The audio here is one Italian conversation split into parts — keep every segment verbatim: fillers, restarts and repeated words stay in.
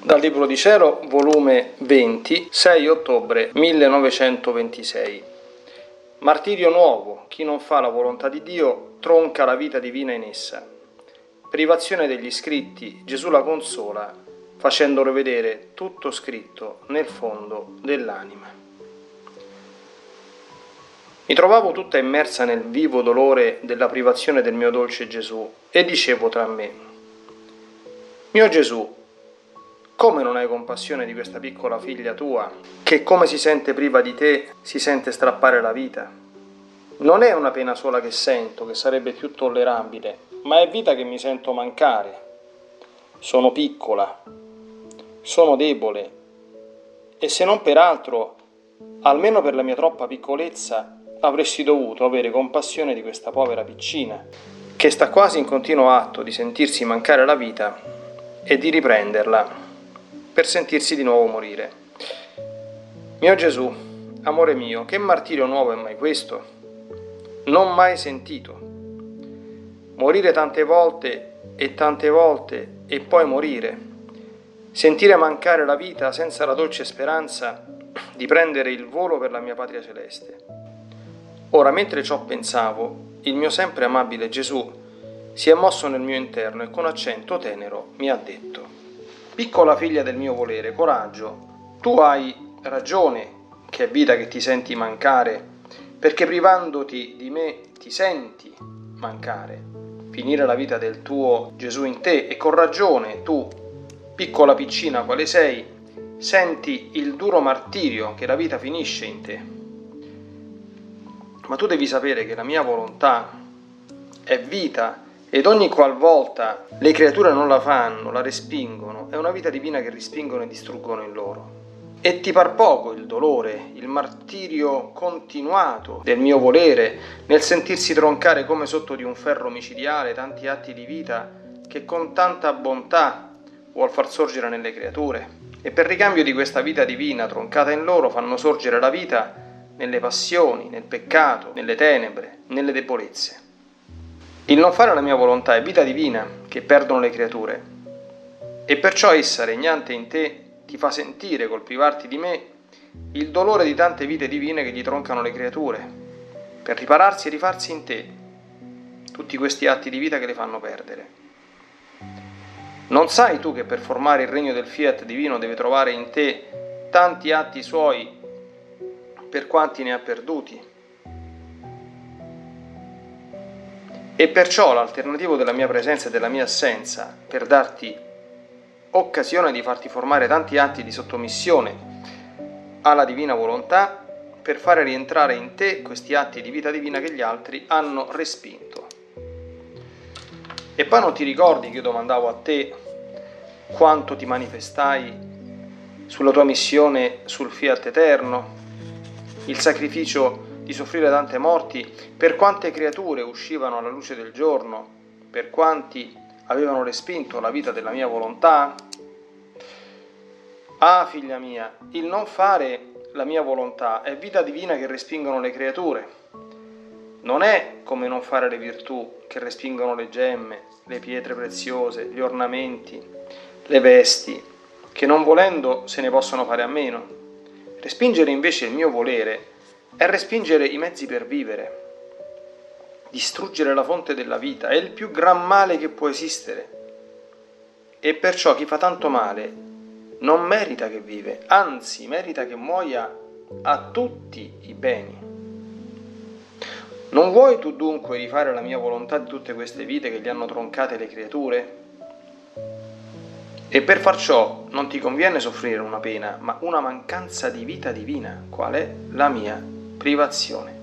Dal Libro di Cielo, volume venti, sei ottobre millenovecentoventisei. Martirio nuovo, chi non fa la volontà di Dio tronca la vita divina in essa. Privazione degli scritti, Gesù la consola, facendolo vedere tutto scritto nel fondo dell'anima. Mi trovavo tutta immersa nel vivo dolore della privazione del mio dolce Gesù e dicevo tra me: mio Gesù, come non hai compassione di questa piccola figlia tua, che come si sente priva di te, si sente strappare la vita? Non è una pena sola che sento, che sarebbe più tollerabile, ma è vita che mi sento mancare. Sono piccola, sono debole, e se non per altro, almeno per la mia troppa piccolezza, avresti dovuto avere compassione di questa povera piccina, che sta quasi in continuo atto di sentirsi mancare la vita e di riprenderla per sentirsi di nuovo morire. Mio Gesù, amore mio, che martirio nuovo è mai questo? Non mai sentito. Morire tante volte e tante volte e poi morire. Sentire mancare la vita senza la dolce speranza di prendere il volo per la mia patria celeste. Ora, mentre ciò pensavo, il mio sempre amabile Gesù si è mosso nel mio interno e con accento tenero mi ha detto: piccola figlia del mio volere, coraggio, tu hai ragione che è vita che ti senti mancare, perché privandoti di me ti senti mancare, finire la vita del tuo Gesù in te, e con ragione tu, piccola piccina quale sei, senti il duro martirio che la vita finisce in te. Ma tu devi sapere che la mia volontà è vita, ed ogni qualvolta le creature non la fanno, la respingono, è una vita divina che respingono e distruggono in loro. E ti par poco il dolore, il martirio continuato del mio volere nel sentirsi troncare come sotto di un ferro micidiale tanti atti di vita che con tanta bontà vuol far sorgere nelle creature, e per ricambio di questa vita divina troncata in loro fanno sorgere la vita nelle passioni, nel peccato, nelle tenebre, nelle debolezze. Il non fare la mia volontà è vita divina che perdono le creature, e perciò essa, regnante in te, ti fa sentire col privarti di me il dolore di tante vite divine che gli troncano le creature, per ripararsi e rifarsi in te tutti questi atti di vita che le fanno perdere. Non sai tu che per formare il regno del fiat divino deve trovare in te tanti atti suoi per quanti ne ha perduti? E perciò l'alternativo della mia presenza e della mia assenza, per darti occasione di farti formare tanti atti di sottomissione alla divina volontà, per fare rientrare in te questi atti di vita divina che gli altri hanno respinto. E poi non ti ricordi che io domandavo a te quanto ti manifestai sulla tua missione sul fiat eterno, il sacrificio di soffrire tante morti, per quante creature uscivano alla luce del giorno, per quanti avevano respinto la vita della mia volontà? Ah, figlia mia, il non fare la mia volontà è vita divina che respingono le creature. Non è come non fare le virtù che respingono le gemme, le pietre preziose, gli ornamenti, le vesti, che non volendo se ne possono fare a meno. Respingere invece il mio volere è respingere i mezzi per vivere. Distruggere la fonte della vita è il più gran male che può esistere. E perciò chi fa tanto male non merita che vive, anzi merita che muoia a tutti i beni. Non vuoi tu dunque rifare la mia volontà di tutte queste vite che gli hanno troncate le creature? E per far ciò non ti conviene soffrire una pena, ma una mancanza di vita divina, qual è la mia privazione.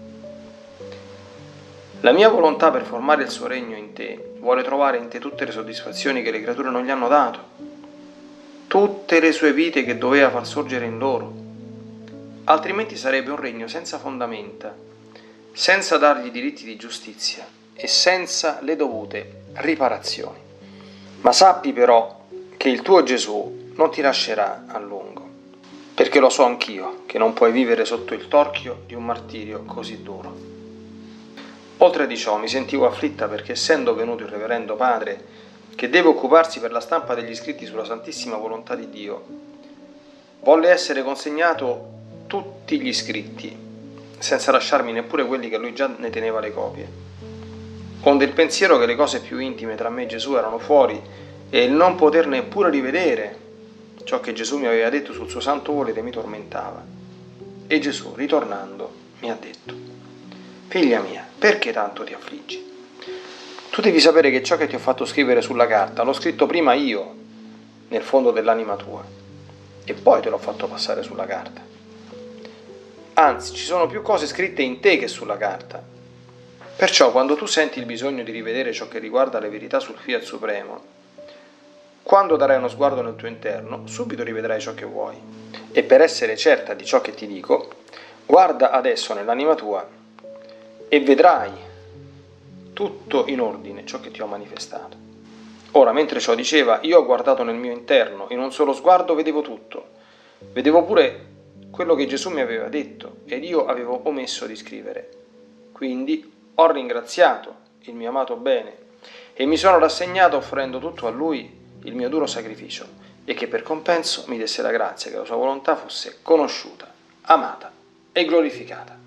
La mia volontà per formare il suo regno in te vuole trovare in te tutte le soddisfazioni che le creature non gli hanno dato, tutte le sue vite che doveva far sorgere in loro, altrimenti sarebbe un regno senza fondamenta, senza dargli diritti di giustizia e senza le dovute riparazioni. Ma sappi però che il tuo Gesù non ti lascerà a lungo, perché lo so anch'io che non puoi vivere sotto il torchio di un martirio così duro. Oltre di ciò mi sentivo afflitta perché, essendo venuto il reverendo padre che deve occuparsi per la stampa degli scritti sulla Santissima Volontà di Dio, volle essere consegnato tutti gli scritti, senza lasciarmi neppure quelli che lui già ne teneva le copie, onde il pensiero che le cose più intime tra me e Gesù erano fuori e il non poter neppure rivedere ciò che Gesù mi aveva detto sul suo santo volere mi tormentava. E Gesù, ritornando, mi ha detto: figlia mia, perché tanto ti affliggi? Tu devi sapere che ciò che ti ho fatto scrivere sulla carta l'ho scritto prima io, nel fondo dell'anima tua, e poi te l'ho fatto passare sulla carta. Anzi, ci sono più cose scritte in te che sulla carta. Perciò, quando tu senti il bisogno di rivedere ciò che riguarda le verità sul Fiat Supremo, quando darai uno sguardo nel tuo interno, subito rivedrai ciò che vuoi. E per essere certa di ciò che ti dico, guarda adesso nell'anima tua e vedrai tutto in ordine ciò che ti ho manifestato. Ora, mentre ciò diceva, io ho guardato nel mio interno, in un solo sguardo vedevo tutto. Vedevo pure quello che Gesù mi aveva detto ed io avevo omesso di scrivere. Quindi ho ringraziato il mio amato bene e mi sono rassegnato offrendo tutto a Lui il mio duro sacrificio e che per compenso mi desse la grazia che la sua volontà fosse conosciuta, amata e glorificata.